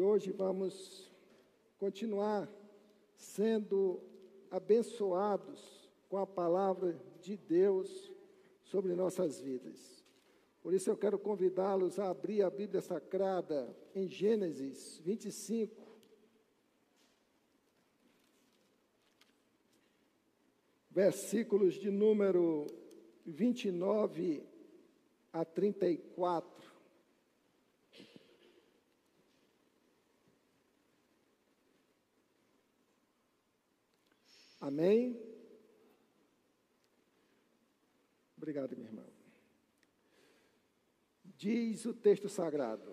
hoje vamos continuar sendo abençoados com a palavra de Deus sobre nossas vidas. Por isso eu quero convidá-los a abrir a Bíblia Sagrada em Gênesis 25. Versículos de número 29 a 34. Amém? Obrigado, minha irmã. Diz o texto sagrado: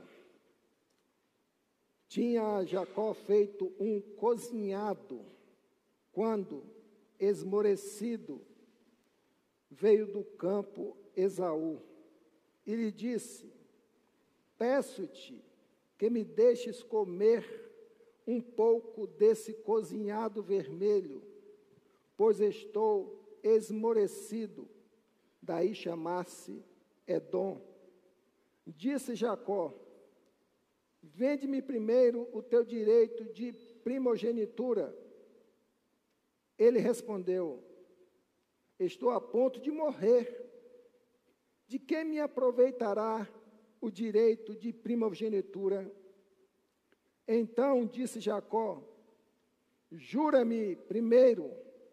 tinha Jacó feito um cozinhado, quando, esmorecido, veio do campo Esaú, e lhe disse: peço-te que me deixes comer um pouco desse cozinhado vermelho, pois estou esmorecido. Daí chamar-se Edom. Disse Jacó: vende-me primeiro o teu direito de primogenitura. Ele respondeu: estou a ponto de morrer. De que me aproveitará o direito de primogenitura? Então disse Jacó: jura-me primeiro.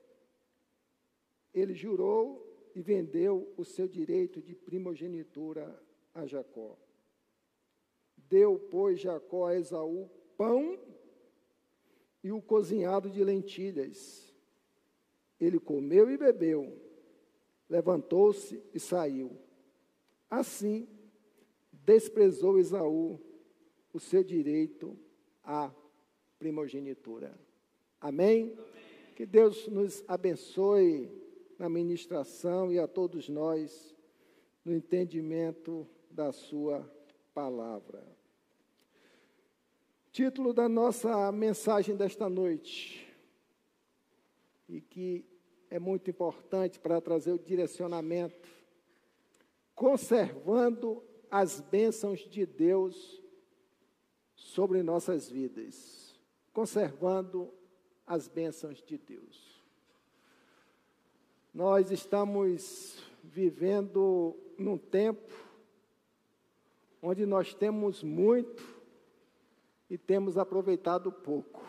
Ele jurou e vendeu o seu direito de primogenitura a Jacó. Deu, pois, Jacó a Esaú pão e o cozinhado de lentilhas. Ele comeu e bebeu, levantou-se e saiu. Assim, desprezou Esaú o seu direito à primogenitura. Amém? Amém. Que Deus nos abençoe na ministração e a todos nós no entendimento da sua palavra. Título da nossa mensagem desta noite, e que é muito importante para trazer o direcionamento: conservando as bênçãos de Deus sobre nossas vidas. Conservando as bênçãos de Deus. Nós estamos vivendo num tempo onde nós temos muito e temos aproveitado pouco.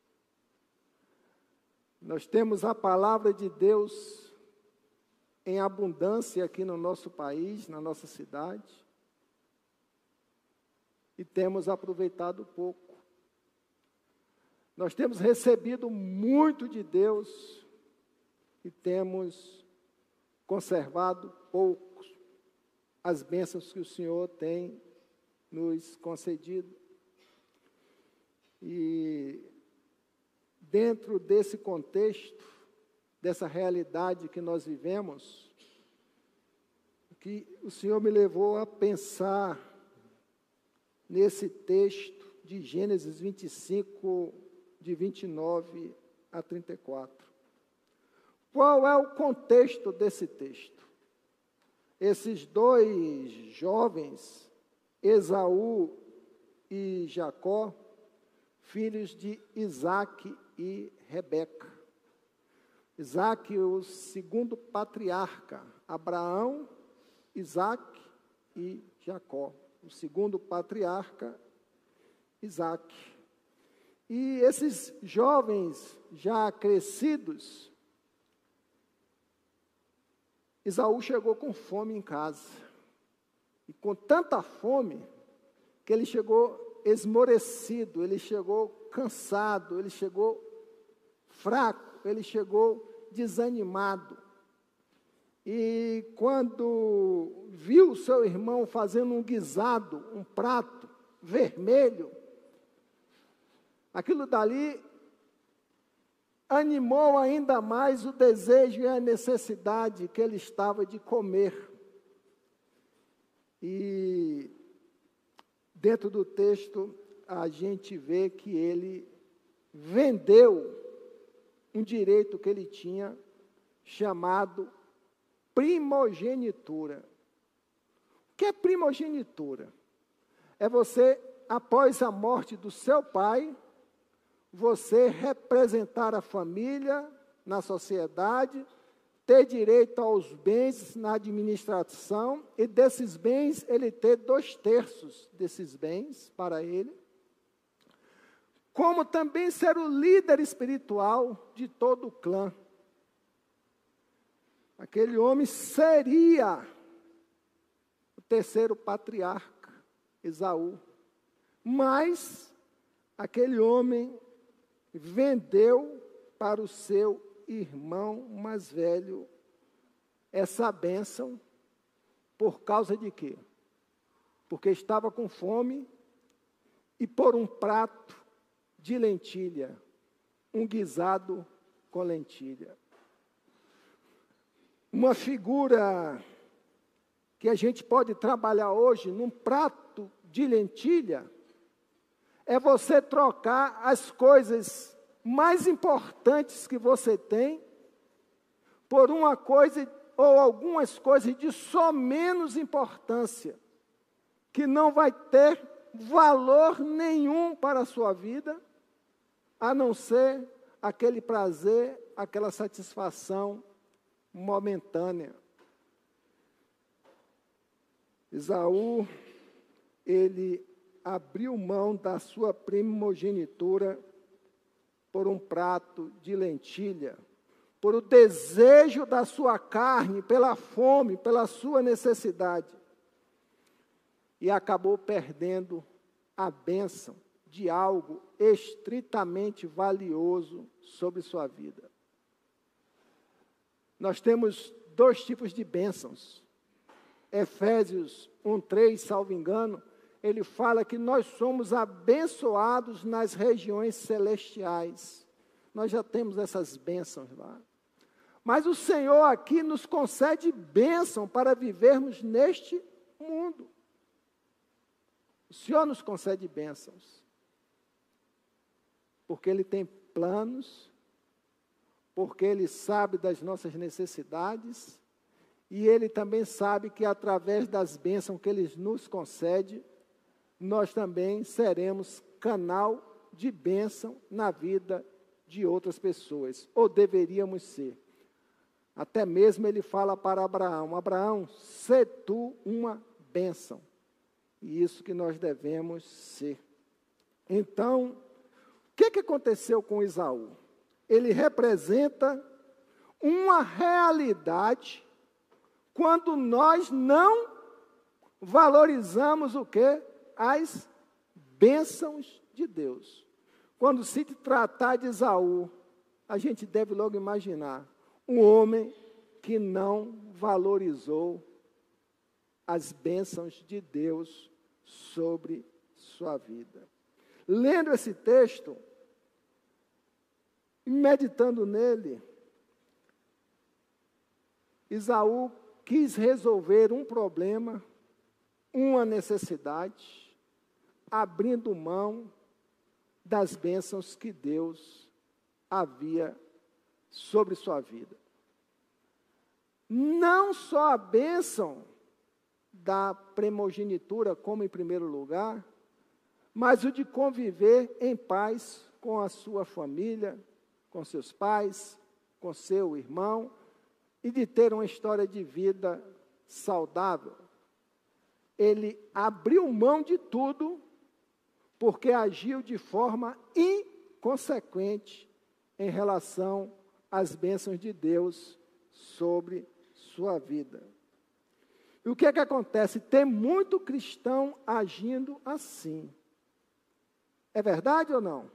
Nós temos a palavra de Deus em abundância aqui no nosso país, na nossa cidade, e temos aproveitado pouco. Nós temos recebido muito de Deus e temos conservado poucos as bênçãos que o Senhor tem nos concedido. E dentro desse contexto, dessa realidade que nós vivemos, que o Senhor me levou a pensar nesse texto de Gênesis 25, de 29 a 34. Qual é o contexto desse texto? Esses dois jovens, Esaú e Jacó, filhos de Isaque e Rebeca. Isaque, o segundo patriarca, Abraão, Isaque e Jacó. O segundo patriarca, Isaque. E esses jovens já crescidos, Esaú chegou com fome em casa. E com tanta fome, que ele chegou esmorecido, ele chegou cansado, ele chegou fraco, ele chegou desanimado. E quando viu seu irmão fazendo um guisado, um prato vermelho, aquilo dali animou ainda mais o desejo e a necessidade que ele estava de comer. E dentro do texto a gente vê que ele vendeu um direito que ele tinha, chamado primogenitura. O que é primogenitura? É você após a morte do seu pai, você representar a família na sociedade, ter direito aos bens na administração, e desses bens ele ter 2/3 desses bens para ele, como também ser o líder espiritual de todo o clã. Aquele homem seria o terceiro patriarca, Esaú. Mas aquele homem vendeu para o seu irmão mais velho essa bênção, por causa de quê? Porque estava com fome e por um prato de lentilha, um guisado com lentilha. Uma figura que a gente pode trabalhar hoje num prato de lentilha é você trocar as coisas mais importantes que você tem por uma coisa ou algumas coisas de só menos importância, que não vai ter valor nenhum para a sua vida, a não ser aquele prazer, aquela satisfação momentânea. Esaú, ele abriu mão da sua primogenitura por um prato de lentilha, por o desejo da sua carne, pela fome, pela sua necessidade. E acabou perdendo a bênção de algo estritamente valioso sobre sua vida. Nós temos 2 tipos de bênçãos. Efésios 1:3, salvo engano, ele fala que nós somos abençoados nas regiões celestiais. Nós já temos essas bênçãos lá. Mas o Senhor aqui nos concede bênção para vivermos neste mundo. O Senhor nos concede bênçãos. Porque Ele tem planos, porque Ele sabe das nossas necessidades, e Ele também sabe que através das bênçãos que Ele nos concede, nós também seremos canal de bênção na vida de outras pessoas, ou deveríamos ser. Até mesmo Ele fala para Abraão: Abraão, sê tu uma bênção. E isso que nós devemos ser. Então, o que aconteceu com Esaú? Ele representa uma realidade quando nós não valorizamos o quê? As bênçãos de Deus. Quando se tratar de Esaú, a gente deve logo imaginar um homem que não valorizou as bênçãos de Deus sobre sua vida. Lendo esse texto e meditando nele, Esaú quis resolver um problema, uma necessidade, abrindo mão das bênçãos que Deus havia sobre sua vida. Não só a bênção da primogenitura, como em primeiro lugar, mas o de conviver em paz com a sua família, com seus pais, com seu irmão, e de ter uma história de vida saudável. Ele abriu mão de tudo, porque agiu de forma inconsequente em relação às bênçãos de Deus sobre sua vida. E o que acontece? Tem muito cristão agindo assim. É verdade ou não?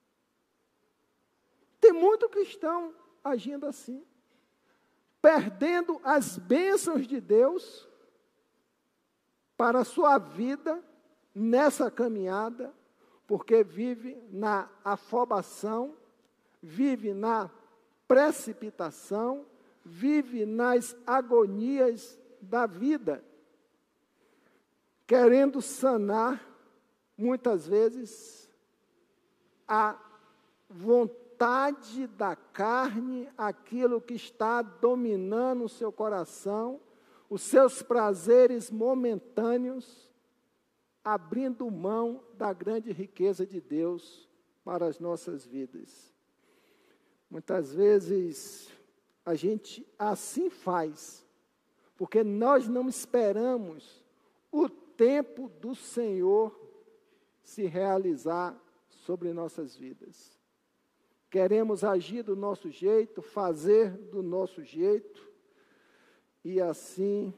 Tem muito cristão agindo assim, perdendo as bênçãos de Deus para a sua vida nessa caminhada, porque vive na afobação, vive na precipitação, vive nas agonias da vida, querendo sanar, muitas vezes, a vontade da carne, aquilo que está dominando o seu coração, os seus prazeres momentâneos, abrindo mão da grande riqueza de Deus para as nossas vidas. Muitas vezes a gente assim faz, porque nós não esperamos o tempo do Senhor se realizar sobre nossas vidas. Queremos agir do nosso jeito, fazer do nosso jeito, e assim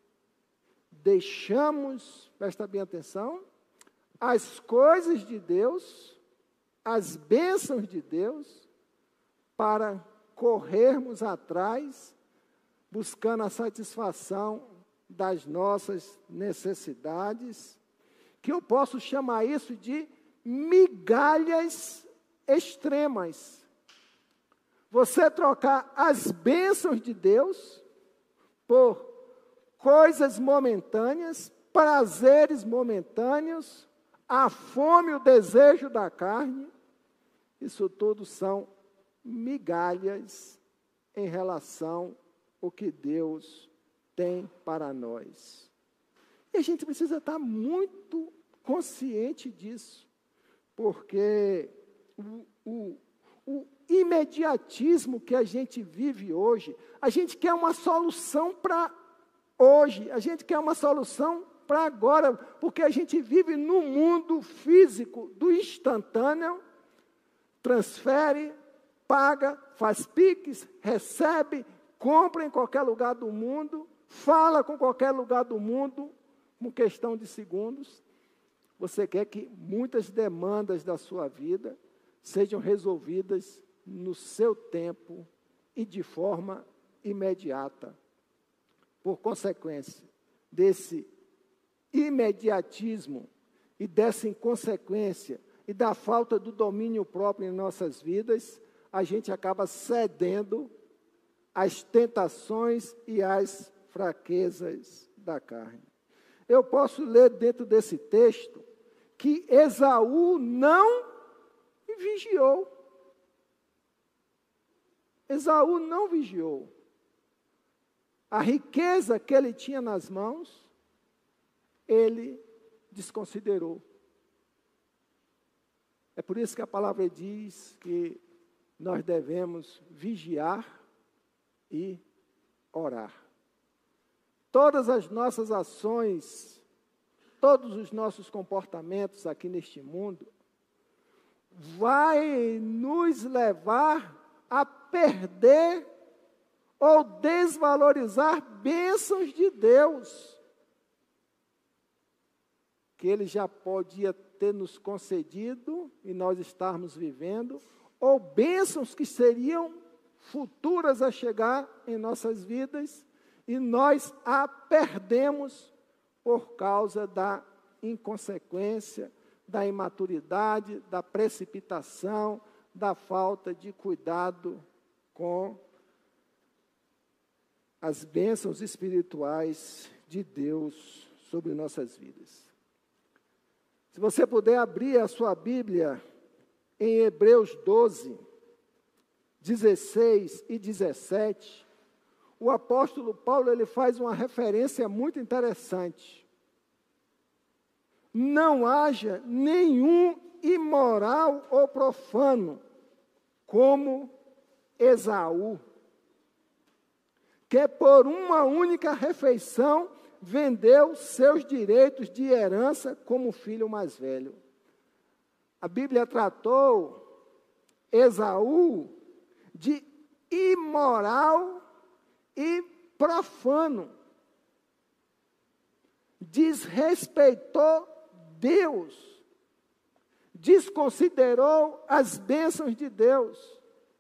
deixamos, presta bem atenção, as coisas de Deus, as bênçãos de Deus, para corrermos atrás, buscando a satisfação das nossas necessidades, que eu posso chamar isso de migalhas extremas. Você trocar as bênçãos de Deus por coisas momentâneas, prazeres momentâneos, a fome e o desejo da carne, isso tudo são migalhas em relação ao que Deus tem para nós. E a gente precisa estar muito consciente disso, porque o imediatismo que a gente vive hoje, a gente quer uma solução para hoje, a gente quer uma solução para agora, porque a gente vive no mundo físico do instantâneo, transfere, paga, faz Pix, recebe, compra em qualquer lugar do mundo, fala com qualquer lugar do mundo, com questão de segundos. Você quer que muitas demandas da sua vida sejam resolvidas no seu tempo e de forma imediata. Por consequência desse imediatismo e dessa inconsequência e da falta do domínio próprio em nossas vidas, a gente acaba cedendo às tentações e às fraquezas da carne. Eu posso ler dentro desse texto que Esaú não vigiou. Esaú não vigiou. A riqueza que ele tinha nas mãos, ele desconsiderou. É por isso que a palavra diz que nós devemos vigiar e orar. Todas as nossas ações, todos os nossos comportamentos aqui neste mundo, vai nos levar a perder ou desvalorizar bênçãos de Deus, que Ele já podia ter nos concedido e nós estarmos vivendo, ou bênçãos que seriam futuras a chegar em nossas vidas, e nós a perdemos por causa da inconsequência, da imaturidade, da precipitação, da falta de cuidado com as bênçãos espirituais de Deus sobre nossas vidas. Se você puder abrir a sua Bíblia em Hebreus 12, 16 e 17, o apóstolo Paulo ele faz uma referência muito interessante. Não haja nenhum imoral ou profano, como Esaú, que por uma única refeição vendeu seus direitos de herança como filho mais velho. A Bíblia tratou Esaú de imoral e profano. Desrespeitou Deus. Desconsiderou as bênçãos de Deus.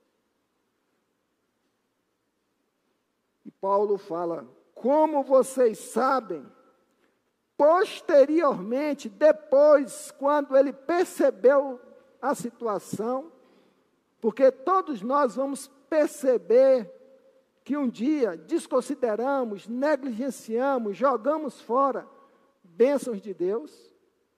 E Paulo fala, como vocês sabem, posteriormente, depois, quando ele percebeu a situação, porque todos nós vamos perceber que um dia desconsideramos, negligenciamos, jogamos fora bênçãos de Deus.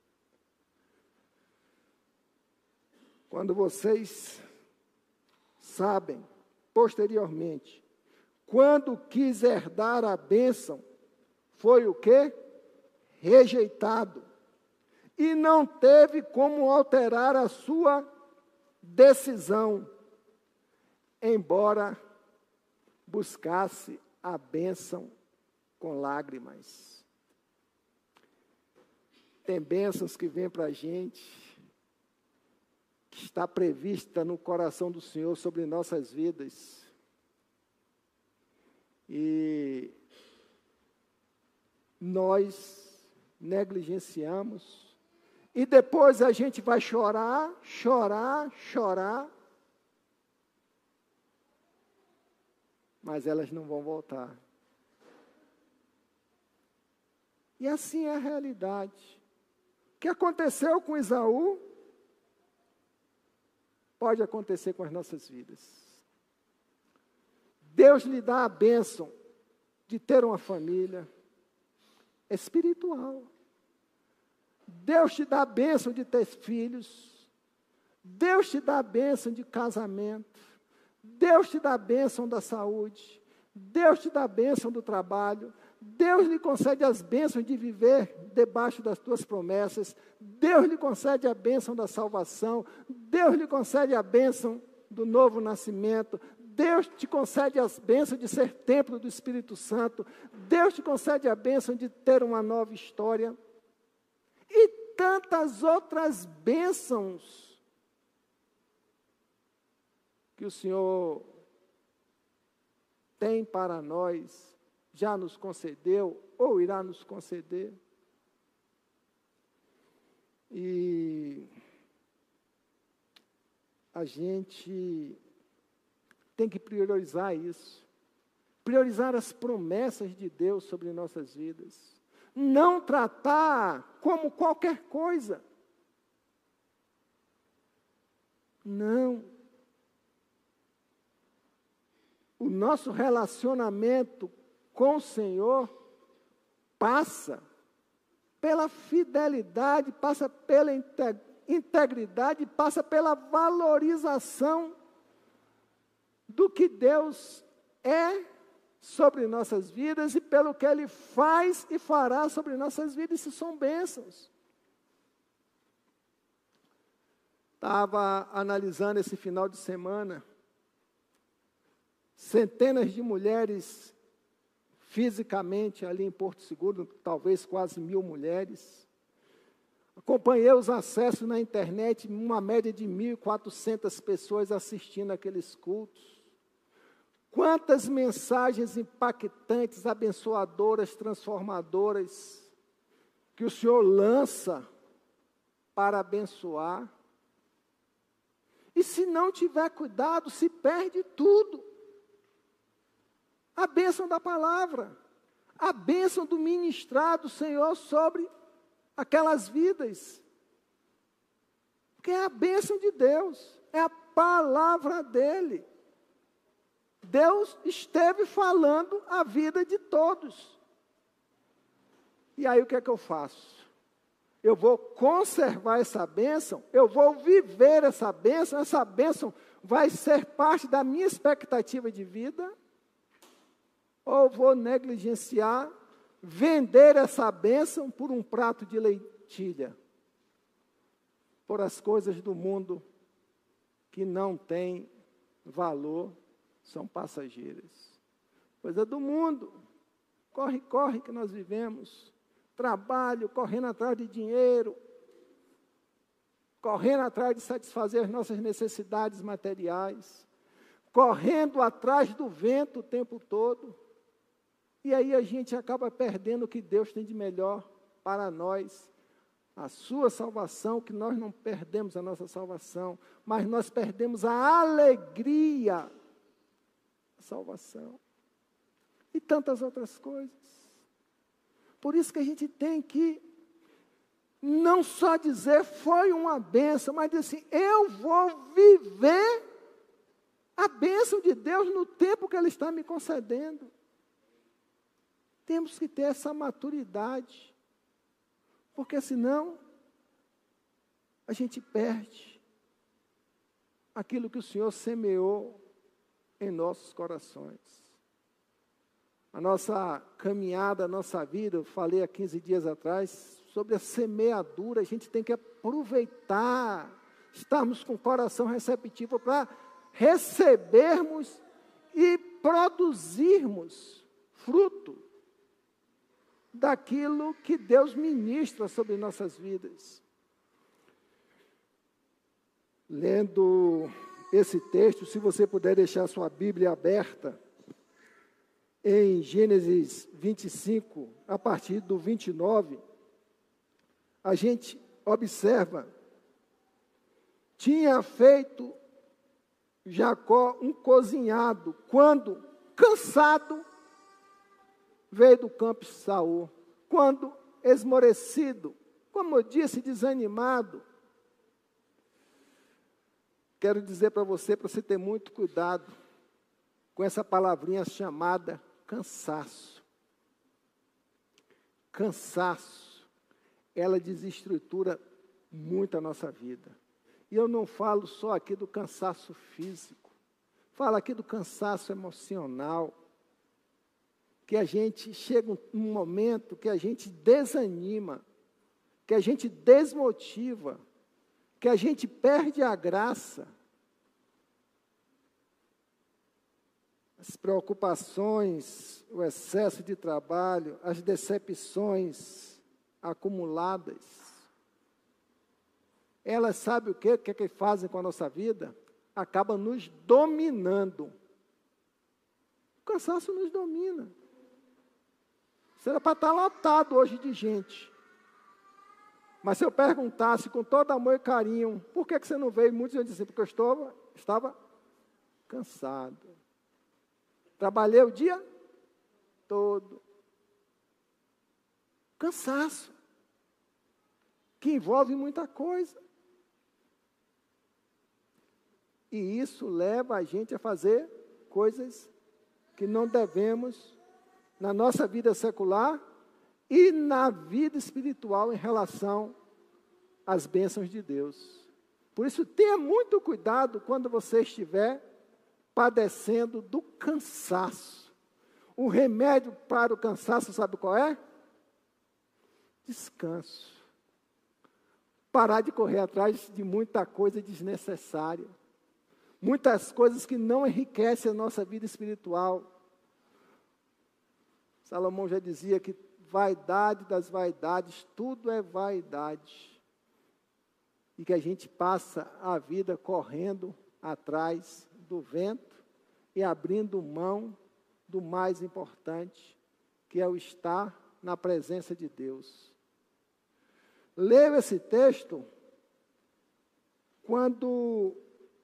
Quando vocês sabem, posteriormente, quando quis herdar a bênção, foi o quê? Rejeitado, e não teve como alterar a sua decisão, embora buscasse a bênção com lágrimas. Tem bênçãos que vêm para a gente, que está prevista no coração do Senhor sobre nossas vidas. E nós negligenciamos. E depois a gente vai chorar, mas elas não vão voltar. E assim é a realidade. O que aconteceu com Esaú pode acontecer com as nossas vidas. Deus lhe dá a bênção de ter uma família espiritual. Deus te dá a bênção de ter filhos. Deus te dá a bênção de casamento. Deus te dá a bênção da saúde. Deus te dá a bênção do trabalho. Deus lhe concede as bênçãos de viver debaixo das tuas promessas. Deus lhe concede a bênção da salvação. Deus lhe concede a bênção do novo nascimento. Deus te concede as bênçãos de ser templo do Espírito Santo. Deus te concede a bênção de ter uma nova história. E tantas outras bênçãos que o Senhor tem para nós, já nos concedeu ou irá nos conceder. E a gente tem que priorizar isso. Priorizar as promessas de Deus sobre nossas vidas. Não tratar como qualquer coisa. Não. O nosso relacionamento com o Senhor passa pela fidelidade, passa pela integridade, passa pela valorização do que Deus é sobre nossas vidas e pelo que Ele faz e fará sobre nossas vidas. Isso são bênçãos. Estava analisando esse final de semana, centenas de mulheres fisicamente ali em Porto Seguro, talvez quase 1000 mulheres. Acompanhei os acessos na internet, uma média de 1.400 pessoas assistindo aqueles cultos. Quantas mensagens impactantes, abençoadoras, transformadoras, que o Senhor lança para abençoar. E se não tiver cuidado, se perde tudo. A bênção da palavra, a bênção do ministrado do Senhor sobre aquelas vidas. Porque é a bênção de Deus, é a palavra dEle. Deus esteve falando a vida de todos. E aí o que é que eu faço? Eu vou conservar essa bênção, eu vou viver essa bênção vai ser parte da minha expectativa de vida, ou vou negligenciar, vender essa bênção por um prato de lentilha, por as coisas do mundo que não têm valor, são passageiras. Coisa do mundo, corre que nós vivemos, trabalho, correndo atrás de dinheiro, correndo atrás de satisfazer as nossas necessidades materiais, correndo atrás do vento o tempo todo, e aí a gente acaba perdendo o que Deus tem de melhor para nós, a sua salvação, que nós não perdemos a nossa salvação, mas nós perdemos a alegria da salvação, e tantas outras coisas. Por isso que a gente tem que não só dizer foi uma bênção, mas dizer assim, eu vou viver a bênção de Deus no tempo que Ele está me concedendo. Temos que ter essa maturidade, porque senão a gente perde aquilo que o Senhor semeou em nossos corações. A nossa caminhada, a nossa vida, eu falei há 15 dias atrás, sobre a semeadura, a gente tem que aproveitar, estarmos com o coração receptivo para recebermos e produzirmos fruto daquilo que Deus ministra sobre nossas vidas. Lendo esse texto, se você puder deixar sua Bíblia aberta, em Gênesis 25, a partir do 29, a gente observa, tinha feito Jacó um cozinhado, quando, cansado, veio do campo de Saul, quando esmorecido, como eu disse, desanimado. Quero dizer para você ter muito cuidado com essa palavrinha chamada cansaço. Cansaço, ela desestrutura muito a nossa vida. E eu não falo só aqui do cansaço físico, falo aqui do cansaço emocional, que a gente chega um momento que a gente desanima, que a gente desmotiva, que a gente perde a graça. As preocupações, o excesso de trabalho, as decepções acumuladas, elas sabem o que fazem com a nossa vida? Acabam nos dominando. O cansaço nos domina. Você era para estar lotado hoje de gente. Mas se eu perguntasse com todo amor e carinho, por que você não veio? Muitos iam dizer, porque eu estava cansado. Trabalhei o dia todo. Cansaço. Que envolve muita coisa. E isso leva a gente a fazer coisas que não devemos na nossa vida secular e na vida espiritual em relação às bênçãos de Deus. Por isso, tenha muito cuidado quando você estiver padecendo do cansaço. O remédio para o cansaço, sabe qual é? Descanso. Parar de correr atrás de muita coisa desnecessária. Muitas coisas que não enriquecem a nossa vida espiritual. Salomão já dizia que vaidade das vaidades, tudo é vaidade. E que a gente passa a vida correndo atrás do vento e abrindo mão do mais importante, que é o estar na presença de Deus. Leio esse texto quando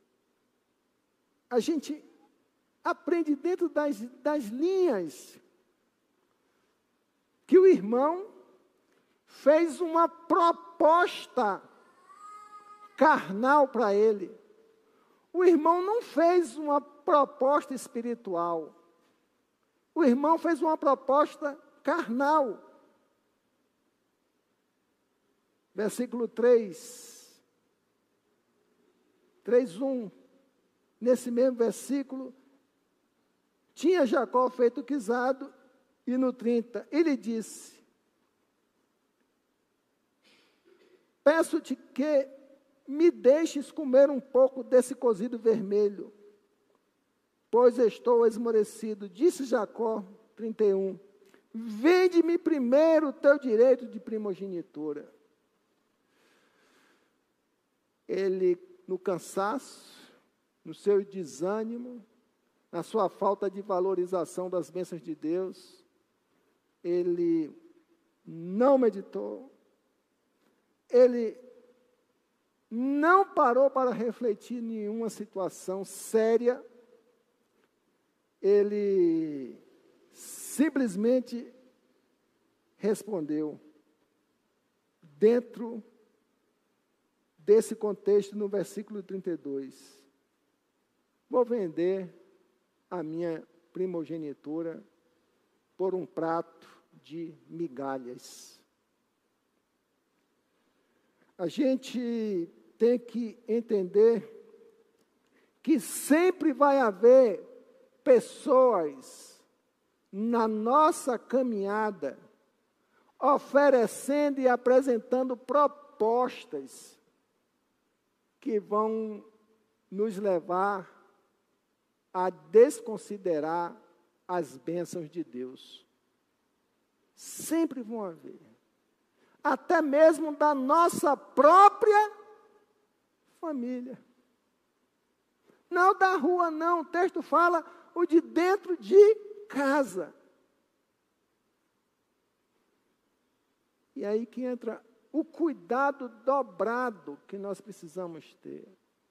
a gente aprende dentro das linhas que o irmão fez uma proposta carnal para ele. O irmão não fez uma proposta espiritual. O irmão fez uma proposta carnal. Versículo 3:1. Nesse mesmo versículo, tinha Jacó feito guisado, e no 30, ele disse: peço-te que me deixes comer um pouco desse cozido vermelho, pois estou esmorecido. Disse Jacó, 31, vende-me primeiro o teu direito de primogenitura. Ele, no cansaço, no seu desânimo, na sua falta de valorização das bênçãos de Deus, ele não meditou, ele não parou para refletir nenhuma situação séria, ele simplesmente respondeu, dentro desse contexto, no versículo 32, vou vender a minha primogenitura por um prato de migalhas. A gente tem que entender que sempre vai haver pessoas na nossa caminhada oferecendo e apresentando propostas que vão nos levar a desconsiderar as bênçãos de Deus. Sempre vão haver. Até mesmo da nossa própria família. Não da rua, não. O texto fala o de dentro de casa. E aí que entra o cuidado dobrado que nós precisamos ter.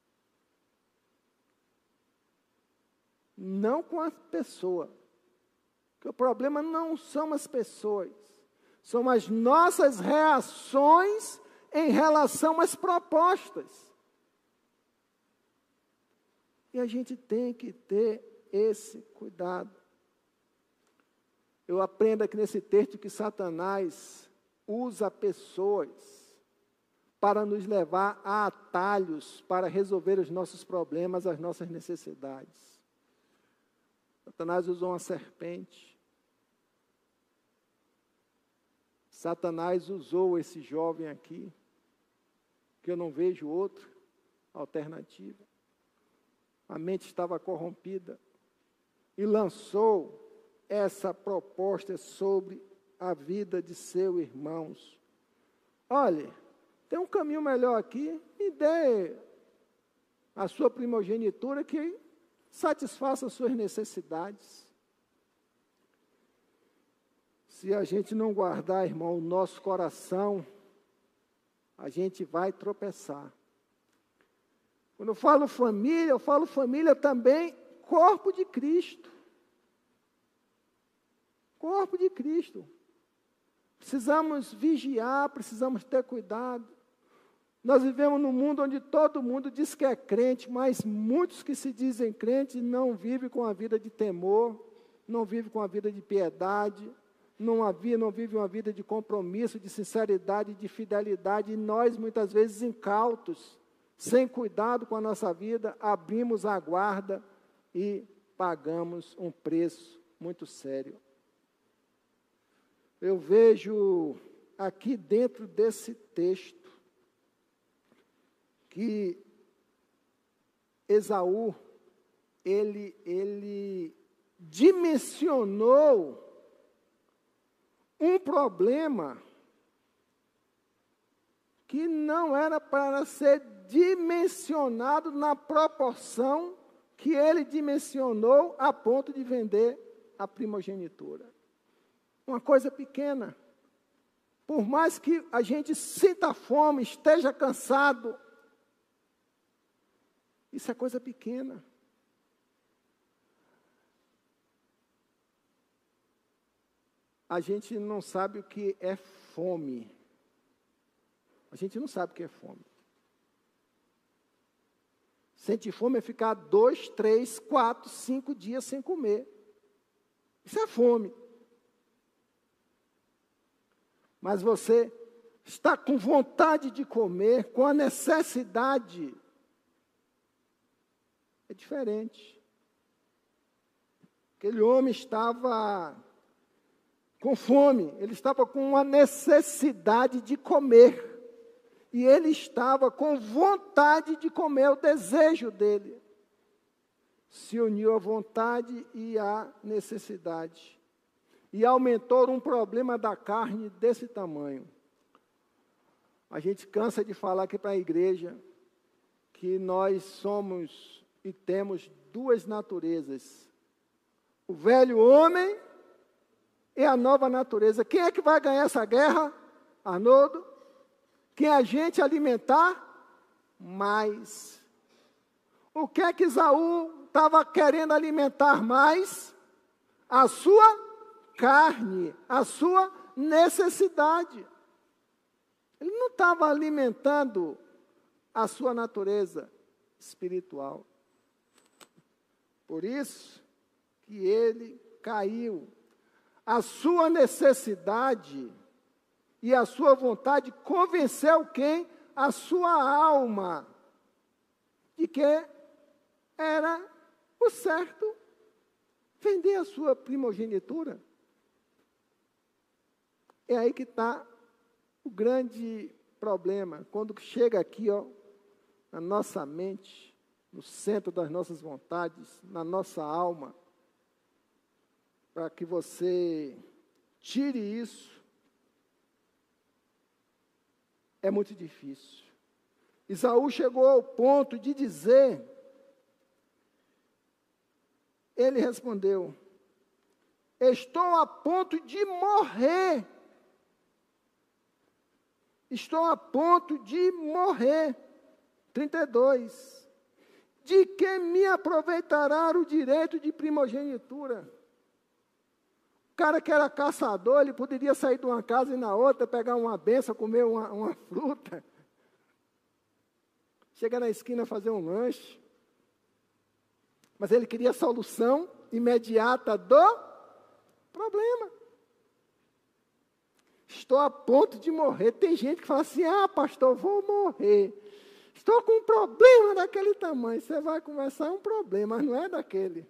Não com a pessoa. Porque o problema não são as pessoas. São as nossas reações em relação às propostas. E a gente tem que ter esse cuidado. Eu aprendo aqui nesse texto que Satanás usa pessoas para nos levar a atalhos para resolver os nossos problemas, as nossas necessidades. Satanás usou uma serpente. Satanás usou esse jovem aqui, que eu não vejo outra alternativa. A mente estava corrompida e lançou essa proposta sobre a vida de seus irmãos. Olha, tem um caminho melhor aqui, me dê a sua primogenitura que satisfaça as suas necessidades. Se a gente não guardar, irmão, o nosso coração, a gente vai tropeçar. Quando eu falo família também, corpo de Cristo. Corpo de Cristo. Precisamos vigiar, precisamos ter cuidado. Nós vivemos num mundo onde todo mundo diz que é crente, mas muitos que se dizem crentes não vivem com a vida de temor, não vivem com a vida de piedade, não vivem uma vida de compromisso, de sinceridade, de fidelidade, e nós muitas vezes incautos, sem cuidado com a nossa vida, abrimos a guarda e pagamos um preço muito sério. Eu vejo aqui dentro desse texto que Esaú, ele dimensionou um problema que não era para ser dimensionado na proporção que ele dimensionou a ponto de vender a primogenitura. Uma coisa pequena. Por mais que a gente sinta fome, esteja cansado, isso é coisa pequena. A gente não sabe o que é fome. A gente não sabe o que é fome. Sentir fome é ficar 2, 3, 4, 5 dias sem comer. Isso é fome. Mas você está com vontade de comer, com a necessidade. É diferente. Aquele homem estava com fome, ele estava com uma necessidade de comer. E ele estava com vontade de comer, o desejo dele. Se uniu à vontade e à necessidade. E aumentou um problema da carne desse tamanho. A gente cansa de falar aqui para a igreja que nós somos e temos duas naturezas. O velho homem e a nova natureza. Quem é que vai ganhar essa guerra, Arnoldo? Quem a gente alimentar mais. O que é que Esaú estava querendo alimentar mais? A sua carne, a sua necessidade. Ele não estava alimentando a sua natureza espiritual. Por isso que ele caiu. A sua necessidade e a sua vontade convenceu quem? A sua alma. De que era o certo vender a sua primogenitura. É aí que está o grande problema. Quando chega aqui, ó, na nossa mente, no centro das nossas vontades, na nossa alma, para que você tire isso, é muito difícil. Esaú chegou ao ponto de dizer, ele respondeu, estou a ponto de morrer. Estou a ponto de morrer. 32. De que me aproveitará o direito de primogenitura? O cara que era caçador, ele poderia sair de uma casa e na outra, pegar uma benção, comer uma fruta. Chegar na esquina fazer um lanche. Mas ele queria a solução imediata do problema. Estou a ponto de morrer. Tem gente que fala assim, pastor, vou morrer. Estou com um problema daquele tamanho. Você vai conversar, é um problema, mas não é daquele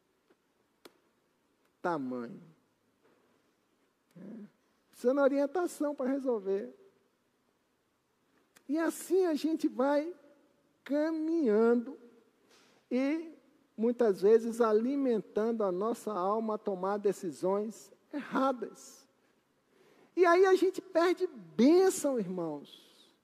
tamanho. Precisa de orientação para resolver. E assim a gente vai caminhando e, muitas vezes, alimentando a nossa alma a tomar decisões erradas. E aí a gente perde bênção, irmãos.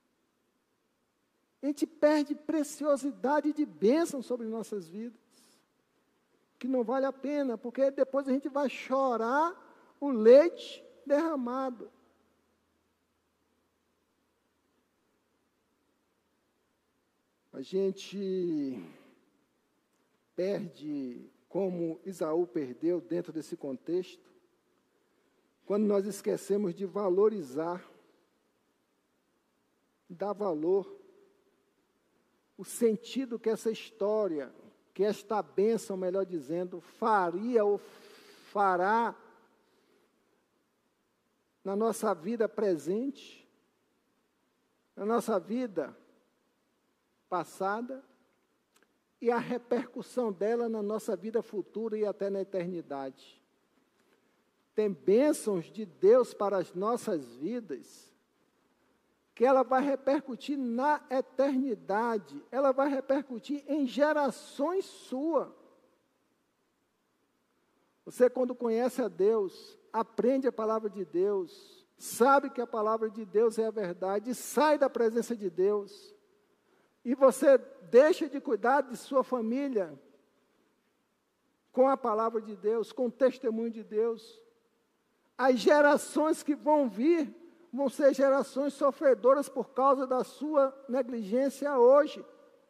A gente perde preciosidade de bênção sobre nossas vidas. Que não vale a pena, porque depois a gente vai chorar o leite derramado. A gente perde, como Esaú perdeu dentro desse contexto, quando nós esquecemos de valorizar, dar valor, o sentido que essa história, que esta bênção, melhor dizendo, faria ou fará na nossa vida presente, na nossa vida passada, e a repercussão dela na nossa vida futura e até na eternidade. Tem bênçãos de Deus para as nossas vidas, que ela vai repercutir na eternidade, ela vai repercutir em gerações suas. Você, quando conhece a Deus, aprende a palavra de Deus, sabe que a palavra de Deus é a verdade, sai da presença de Deus, e você deixa de cuidar de sua família com a palavra de Deus, com o testemunho de Deus. As gerações que vão vir vão ser gerações sofredoras por causa da sua negligência hoje.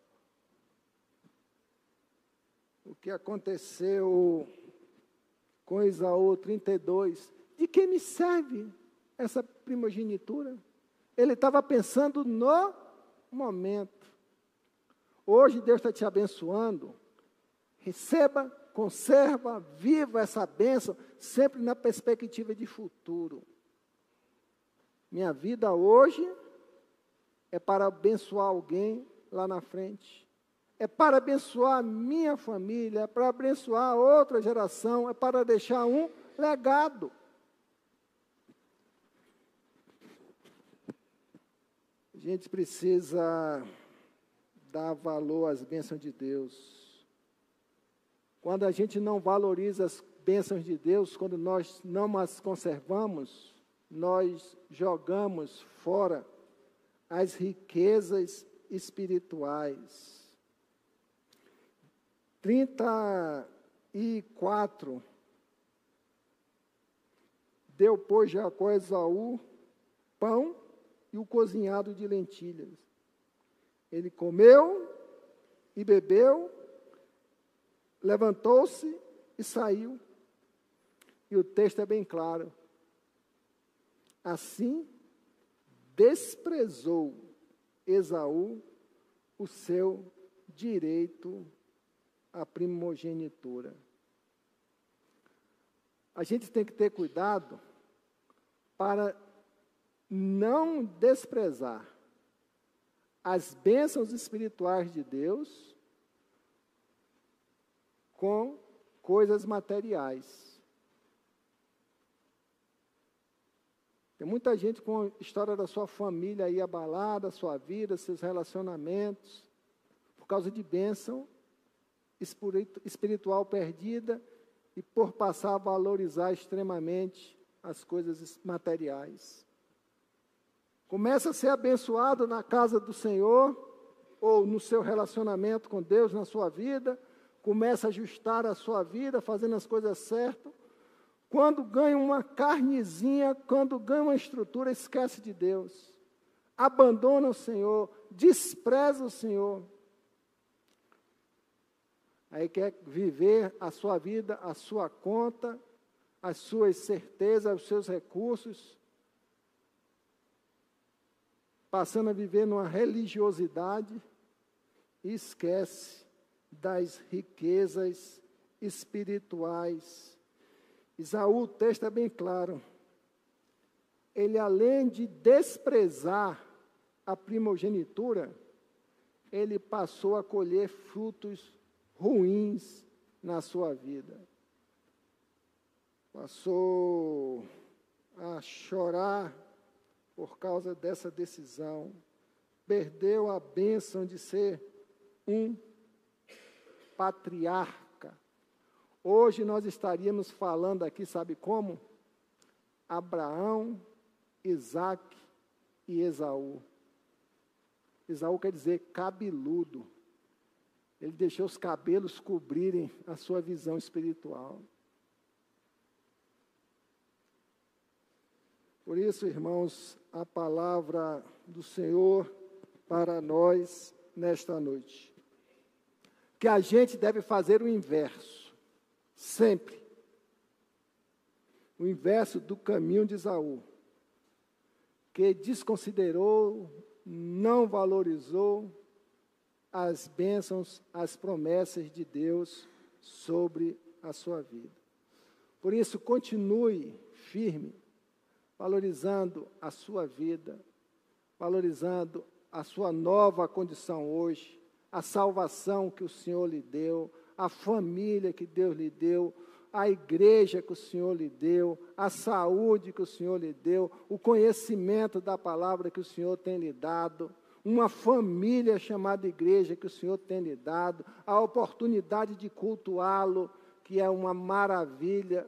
O que aconteceu com Esaú 32, de que me serve essa primogenitura? Ele estava pensando no momento. Hoje Deus está te abençoando. Receba, conserva, viva essa bênção, sempre na perspectiva de futuro. Minha vida hoje é para abençoar alguém lá na frente. É para abençoar a minha família, é para abençoar outra geração, é para deixar um legado. A gente precisa dar valor às bênçãos de Deus. Quando a gente não valoriza as bênçãos de Deus, quando nós não as conservamos, nós jogamos fora as riquezas espirituais. 34. Deu, pois, Jacó a Esaú pão e o cozinhado de lentilhas. Ele comeu e bebeu, levantou-se e saiu. E o texto é bem claro. Assim, desprezou Esaú o seu direito à primogenitura. A gente tem que ter cuidado para não desprezar as bênçãos espirituais de Deus com coisas materiais. Tem muita gente com a história da sua família aí abalada, sua vida, seus relacionamentos, por causa de bênção espiritual perdida e por passar a valorizar extremamente as coisas materiais. Começa a ser abençoado na casa do Senhor, ou no seu relacionamento com Deus, na sua vida, começa a ajustar a sua vida, fazendo as coisas certas. Quando ganha uma carnezinha, quando ganha uma estrutura, esquece de Deus. Abandona o Senhor, despreza o Senhor. Aí quer viver a sua vida, a sua conta, as suas certezas, os seus recursos, passando a viver numa religiosidade e esquece das riquezas espirituais. Esaú, o texto é bem claro. Ele, além de desprezar a primogenitura, ele passou a colher frutos ruins na sua vida. Passou a chorar por causa dessa decisão. Perdeu a bênção de ser um patriarca. Hoje nós estaríamos falando aqui, sabe como? Abraão, Isaque e Esaú. Esaú quer dizer cabeludo. Ele deixou os cabelos cobrirem a sua visão espiritual. Por isso, irmãos, a palavra do Senhor para nós nesta noite. Que a gente deve fazer o inverso, sempre. O inverso do caminho de Esaú, que desconsiderou, não valorizou as bênçãos, as promessas de Deus sobre a sua vida. Por isso, continue firme, valorizando a sua vida, valorizando a sua nova condição hoje, a salvação que o Senhor lhe deu, a família que Deus lhe deu, a igreja que o Senhor lhe deu, a saúde que o Senhor lhe deu, o conhecimento da palavra que o Senhor tem lhe dado, uma família chamada igreja que o Senhor tem lhe dado, a oportunidade de cultuá-lo, que é uma maravilha.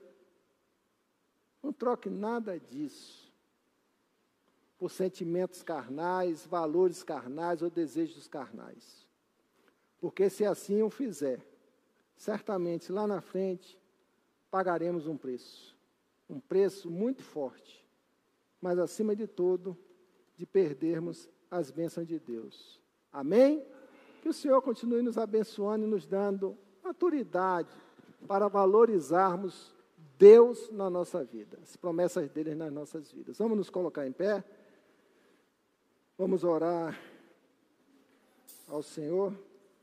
Não troque nada disso por sentimentos carnais, valores carnais ou desejos carnais. Porque se assim o fizer, certamente lá na frente pagaremos um preço muito forte, mas acima de tudo, de perdermos as bênçãos de Deus. Amém? Que o Senhor continue nos abençoando e nos dando maturidade para valorizarmos Deus na nossa vida, as promessas dele nas nossas vidas. Vamos nos colocar em pé, vamos orar ao Senhor.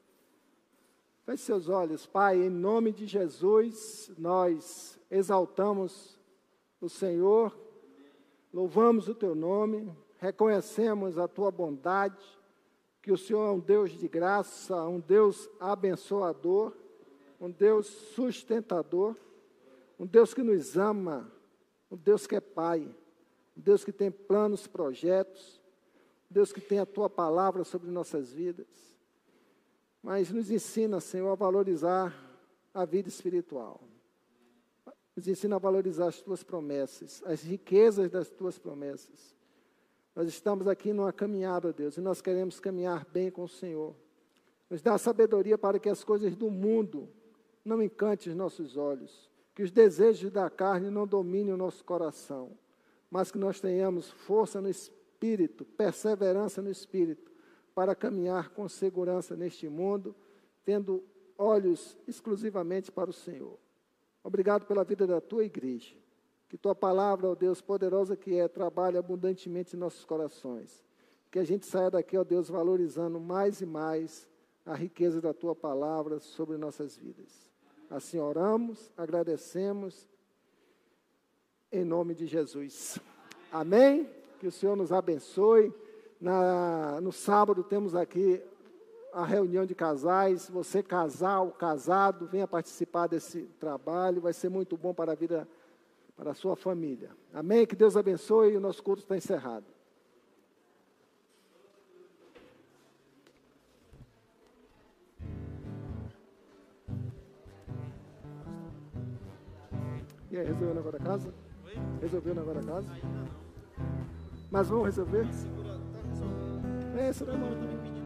Feche seus olhos. Pai, em nome de Jesus, nós exaltamos o Senhor, louvamos o teu nome, reconhecemos a tua bondade, que o Senhor é um Deus de graça, um Deus abençoador, um Deus sustentador, um Deus que nos ama, um Deus que é Pai, um Deus que tem planos, projetos, um Deus que tem a tua palavra sobre nossas vidas. Mas nos ensina, Senhor, a valorizar a vida espiritual. Nos ensina a valorizar as tuas promessas, as riquezas das tuas promessas. Nós estamos aqui numa caminhada, Deus, e nós queremos caminhar bem com o Senhor. Nos dá sabedoria para que as coisas do mundo não encantem os nossos olhos, que os desejos da carne não dominem o nosso coração, mas que nós tenhamos força no Espírito, perseverança no Espírito, para caminhar com segurança neste mundo, tendo olhos exclusivamente para o Senhor. Obrigado pela vida da tua igreja. Que tua palavra, ó Deus, poderosa que é, trabalhe abundantemente em nossos corações. Que a gente saia daqui, ó Deus, valorizando mais e mais a riqueza da tua palavra sobre nossas vidas. Assim oramos, agradecemos, em nome de Jesus. Amém? Que o Senhor nos abençoe. No sábado temos aqui a reunião de casais. Você casal, casado, venha participar desse trabalho. Vai ser muito bom para a vida, para a sua família. Amém? Que Deus abençoe e o nosso culto está encerrado. E aí, resolveu o negócio da casa? Oi? Resolveu o negócio da casa? Ainda não. Mas vamos resolver? Segura, tá resolvendo. É, será não. Eu também pedi